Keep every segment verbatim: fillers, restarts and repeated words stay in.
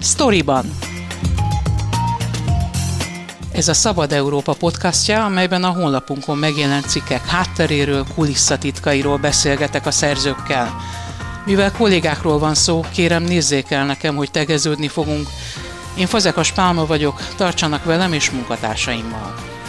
Sztoriban. Ez a Szabad Európa podcastja, amelyben a honlapunkon megjelent cikkek hátteréről, kulisszatitkairól beszélgetek a szerzőkkel. Mivel kollégákról van szó, kérem nézzék el nekem, hogy tegeződni fogunk. Én Fazekas Pálma vagyok, tartsanak velem és munkatársaimmal.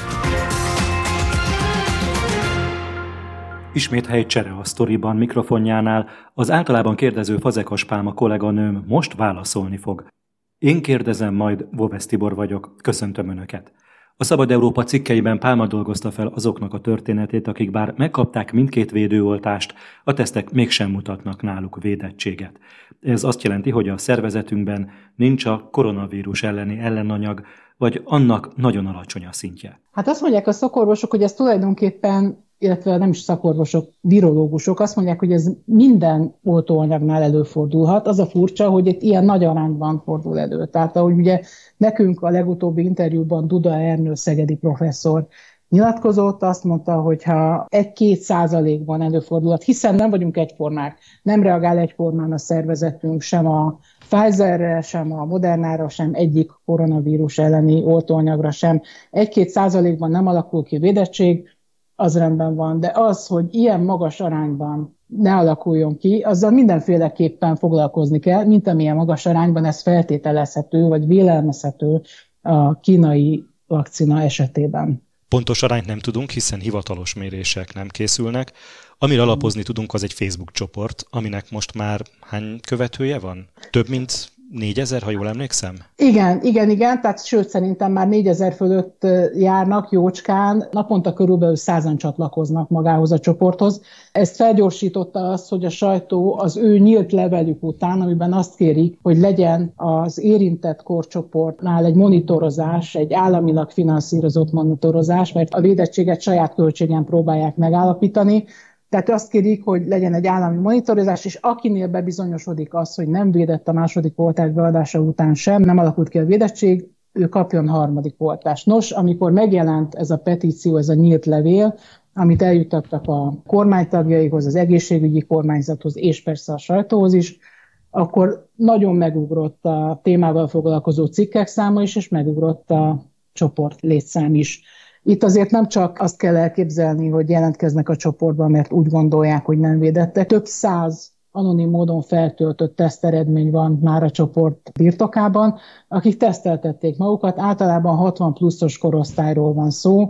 Ismét helycsere a Sztoriban mikrofonjánál, az általában kérdező Fazekas Pálma kolléganőm most válaszolni fog. Én kérdezem, majd Vovesz Tibor vagyok, köszöntöm Önöket. A Szabad Európa cikkeiben Pálma dolgozta fel azoknak a történetét, akik bár megkapták mindkét védőoltást, a tesztek mégsem mutatnak náluk védettséget. Ez azt jelenti, hogy a szervezetünkben nincs a koronavírus elleni ellenanyag, vagy annak nagyon alacsony a szintje. Hát azt mondják a szakorvosok, hogy ez tulajdonképpen, illetve nem is szakorvosok, virológusok, azt mondják, hogy ez minden oltóanyagnál előfordulhat. Az a furcsa, hogy itt ilyen nagy arányban fordul elő. Tehát ahogy ugye nekünk a legutóbbi interjúban Duda Ernő szegedi professzor nyilatkozott, azt mondta, hogy ha egy-két százalékban előfordulhat, hiszen nem vagyunk egyformák, nem reagál egyformán a szervezetünk, sem a Pfizerre, sem a Modernára, sem egyik koronavírus elleni oltóanyagra sem. Egy-két százalékban nem alakul ki védettség, az rendben van, de az, hogy ilyen magas arányban ne alakuljon ki, azzal mindenféleképpen foglalkozni kell, mint amilyen magas arányban ez feltételezhető, vagy vélelmezhető a kínai vakcina esetében. Pontos arányt nem tudunk, hiszen hivatalos mérések nem készülnek. Amire alapozni tudunk, az egy Facebook csoport, aminek most már hány követője van? Több mint négyezer, ha jól emlékszem? Igen, igen, igen, tehát sőt szerintem már négyezer fölött járnak jócskán, naponta körülbelül százan csatlakoznak magához a csoporthoz. Ezt felgyorsította az, hogy a sajtó az ő nyílt levelük után, amiben azt kérik, hogy legyen az érintett korcsoportnál egy monitorozás, egy államilag finanszírozott monitorozás, mert a védettséget saját költségen próbálják megállapítani. Tehát azt kérik, hogy legyen egy állami monitorozás, és akinél bebizonyosodik az, hogy nem védett a második oltás beadása után sem, nem alakult ki a védettség, ő kapjon harmadik oltást. Nos, amikor megjelent ez a petíció, ez a nyílt levél, amit eljuttattak a kormánytagjaihoz, az egészségügyi kormányzathoz, és persze a sajtóhoz is, akkor nagyon megugrott a témával foglalkozó cikkek száma is, és megugrott a csoport létszám is. Itt azért nem csak azt kell elképzelni, hogy jelentkeznek a csoportban, mert úgy gondolják, hogy nem védettek. Több száz anonim módon feltöltött teszteredmény van már a csoport birtokában, akik teszteltették magukat, általában hatvan pluszos korosztályról van szó,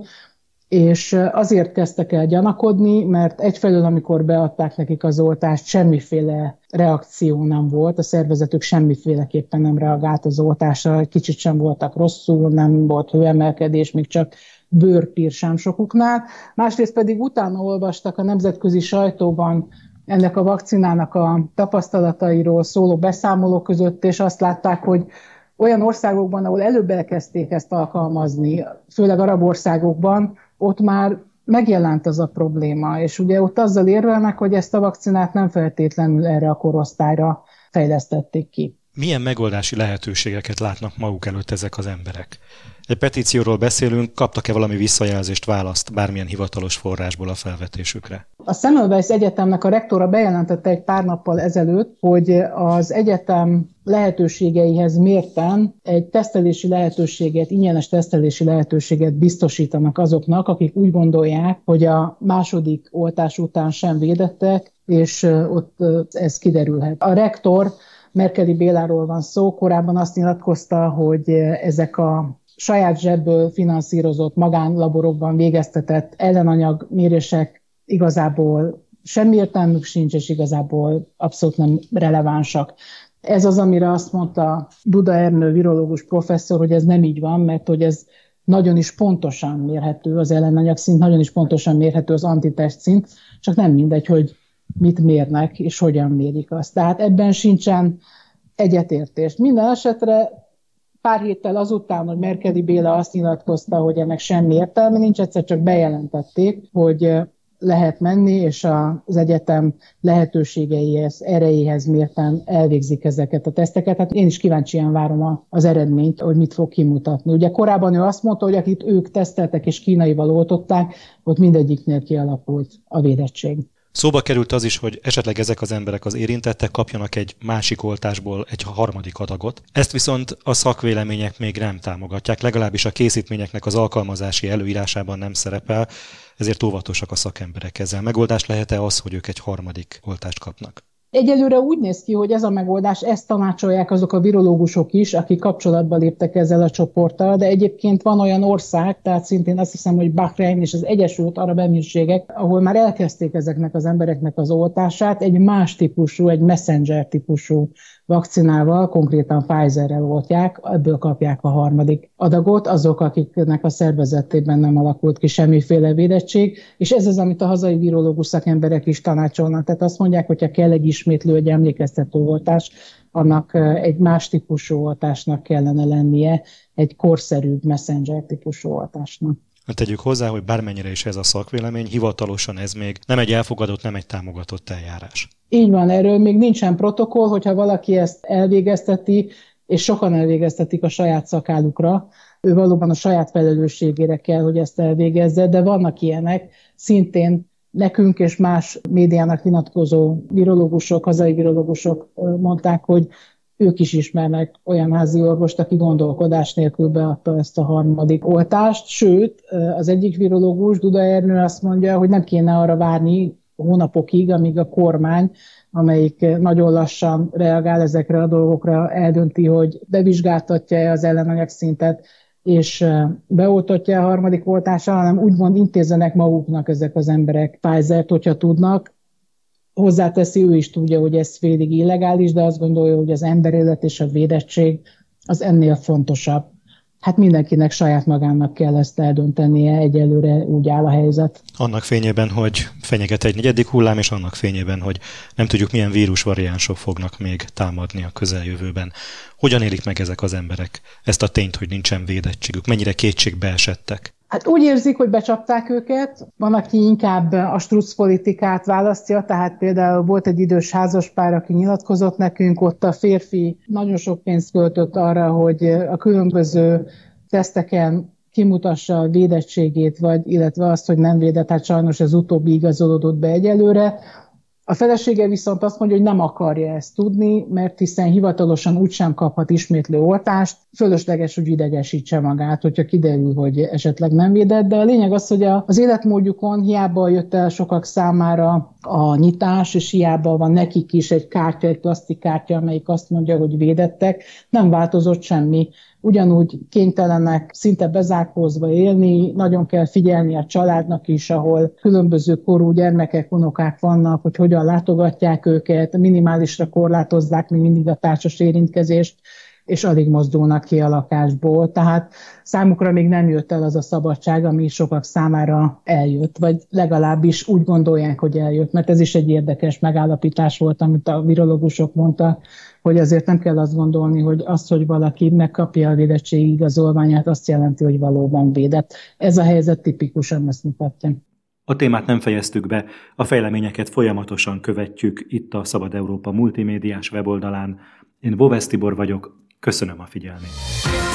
és azért kezdtek el gyanakodni, mert egyfelől, amikor beadták nekik az oltást, semmiféle reakció nem volt, a szervezetük semmiféleképpen nem reagált az oltásra, kicsit sem voltak rosszul, nem volt hőemelkedés, még csak bőrpírsám sokuknál. Másrészt pedig utána olvastak a nemzetközi sajtóban ennek a vakcinának a tapasztalatairól szóló beszámolók között, és azt látták, hogy olyan országokban, ahol előbb elkezdték ezt alkalmazni, főleg arab országokban, ott már megjelent az a probléma, és ugye ott azzal érvelnek, hogy ezt a vakcinát nem feltétlenül erre a korosztályra fejlesztették ki. Milyen megoldási lehetőségeket látnak maguk előtt ezek az emberek? Egy petícióról beszélünk, kaptak-e valami visszajelzést, választ bármilyen hivatalos forrásból a felvetésükre? A Semmelweis Egyetemnek a rektora bejelentette egy pár nappal ezelőtt, hogy az egyetem lehetőségeihez mérten egy tesztelési lehetőséget, ingyenes tesztelési lehetőséget biztosítanak azoknak, akik úgy gondolják, hogy a második oltás után sem védettek, és ott ez kiderülhet. A rektor, Merkeli Béláról van szó, korábban azt nyilatkozta, hogy ezek a saját zsebből finanszírozott magánlaborokban végeztetett ellenanyag mérések igazából semmi értelmük sincs, és igazából abszolút nem relevánsak. Ez az, amire azt mondta Duda Ernő virológus professzor, hogy ez nem így van, mert hogy ez nagyon is pontosan mérhető, az ellenanyag szint nagyon is pontosan mérhető, az antitest szint, csak nem mindegy, hogy mit mérnek, és hogyan mérik azt. Tehát ebben sincsen egyetértés. Minden esetre pár héttel azután, hogy Merkeli Béla azt nyilatkozta, hogy ennek semmi értelme nincs, egyszer csak bejelentették, hogy lehet menni, és az egyetem lehetőségeihez, erejéhez mérten elvégzik ezeket a teszteket. Hát én is kíváncsian várom az eredményt, hogy mit fog kimutatni. Ugye korábban ő azt mondta, hogy akit ők teszteltek és kínaival oltották, ott mindegyiknél kialakult a védettség. Szóba került az is, hogy esetleg ezek az emberek, az érintettek kapjanak egy másik oltásból egy harmadik adagot. Ezt viszont a szakvélemények még nem támogatják, legalábbis a készítményeknek az alkalmazási előírásában nem szerepel, ezért óvatosak a szakemberek ezzel. Megoldás lehet-e az, hogy ők egy harmadik oltást kapnak? Egyelőre úgy néz ki, hogy ez a megoldás, ezt tanácsolják azok a virológusok is, akik kapcsolatba léptek ezzel a csoporttal, de egyébként van olyan ország, tehát szintén azt hiszem, hogy Bahrein és az Egyesült Arab Emírségek, ahol már elkezdték ezeknek az embereknek az oltását, egy más típusú, egy messenger típusú vakcinával, konkrétan Pfizerrel oltják, ebből kapják a harmadik adagot, azok, akiknek a szervezetében nem alakult ki semmiféle védettség, és ez az, amit a hazai virológus szakemberek is tanácsolnak. Tehát azt mondják, hogyha kell egy ismétlő, egy emlékeztető oltás, annak egy más típusú oltásnak kellene lennie, egy korszerűbb messenger típusú oltásnak. Tegyük hozzá, hogy bármennyire is ez a szakvélemény, hivatalosan ez még nem egy elfogadott, nem egy támogatott eljárás. Így van, erről még nincsen protokoll, hogyha valaki ezt elvégezteti, és sokan elvégeztetik a saját szakálukra, ő valóban a saját felelősségére kell, hogy ezt elvégezze, de vannak ilyenek, szintén nekünk és más médiának nyilatkozó virológusok, hazai virológusok mondták, hogy ők is ismernek olyan házi orvost, aki gondolkodás nélkül beadta ezt a harmadik oltást. Sőt, az egyik virológus, Duda Ernő azt mondja, hogy nem kéne arra várni hónapokig, amíg a kormány, amelyik nagyon lassan reagál ezekre a dolgokra, eldönti, hogy bevizsgáltatja-e az ellenanyagszintet, és beoltatja a harmadik oltással, hanem úgymond intézzenek maguknak ezek az emberek Pfizert, hogyha tudnak. Hozzáteszi, ő is tudja, hogy ez félig illegális, de azt gondolja, hogy az emberélet és a védettség az ennél fontosabb. Hát mindenkinek saját magának kell ezt eldöntenie, egyelőre úgy áll a helyzet. Annak fényében, hogy fenyeget egy negyedik hullám, és annak fényében, hogy nem tudjuk, milyen vírusvariánsok fognak még támadni a közeljövőben. Hogyan élik meg ezek az emberek ezt a tényt, hogy nincsen védettségük? Mennyire kétségbe esettek? Hát úgy érzik, hogy becsapták őket, van, aki inkább a struc politikát választja, tehát például volt egy idős házaspár, aki nyilatkozott nekünk, ott a férfi nagyon sok pénzt költött arra, hogy a különböző teszteken kimutassa a védettségét, vagy illetve azt, hogy nem védett, hát sajnos ez utóbbi igazolódott be egyelőre. A felesége viszont azt mondja, hogy nem akarja ezt tudni, mert hiszen hivatalosan úgysem kaphat ismétlő oltást, fölösleges, hogy idegesítse magát, hogyha kiderül, hogy esetleg nem védett, de a lényeg az, hogy az életmódjukon hiába jött el sokak számára a nyitás, és hiába van nekik is egy kártya, egy plastikkártya, amelyik azt mondja, hogy védettek, nem változott semmi. Ugyanúgy kénytelenek szinte bezárkózva élni, nagyon kell figyelni a családnak is, ahol különböző korú gyermekek, unokák vannak, hogy hogyan látogatják őket, minimálisra korlátozzák még mindig a társas érintkezést, és alig mozdulnak ki a lakásból. Tehát számukra még nem jött el az a szabadság, ami sokak számára eljött, vagy legalábbis úgy gondolják, hogy eljött, mert ez is egy érdekes megállapítás volt, amit a virológusok mondta, hogy azért nem kell azt gondolni, hogy az, hogy valaki megkapja a védettségi igazolványát, azt jelenti, hogy valóban védett. Ez a helyzet tipikusan ezt mutatja. A témát nem fejeztük be, a fejleményeket folyamatosan követjük itt a Szabad Európa multimédiás weboldalán. Én Vovesz Tibor vagyok, köszönöm a figyelmét.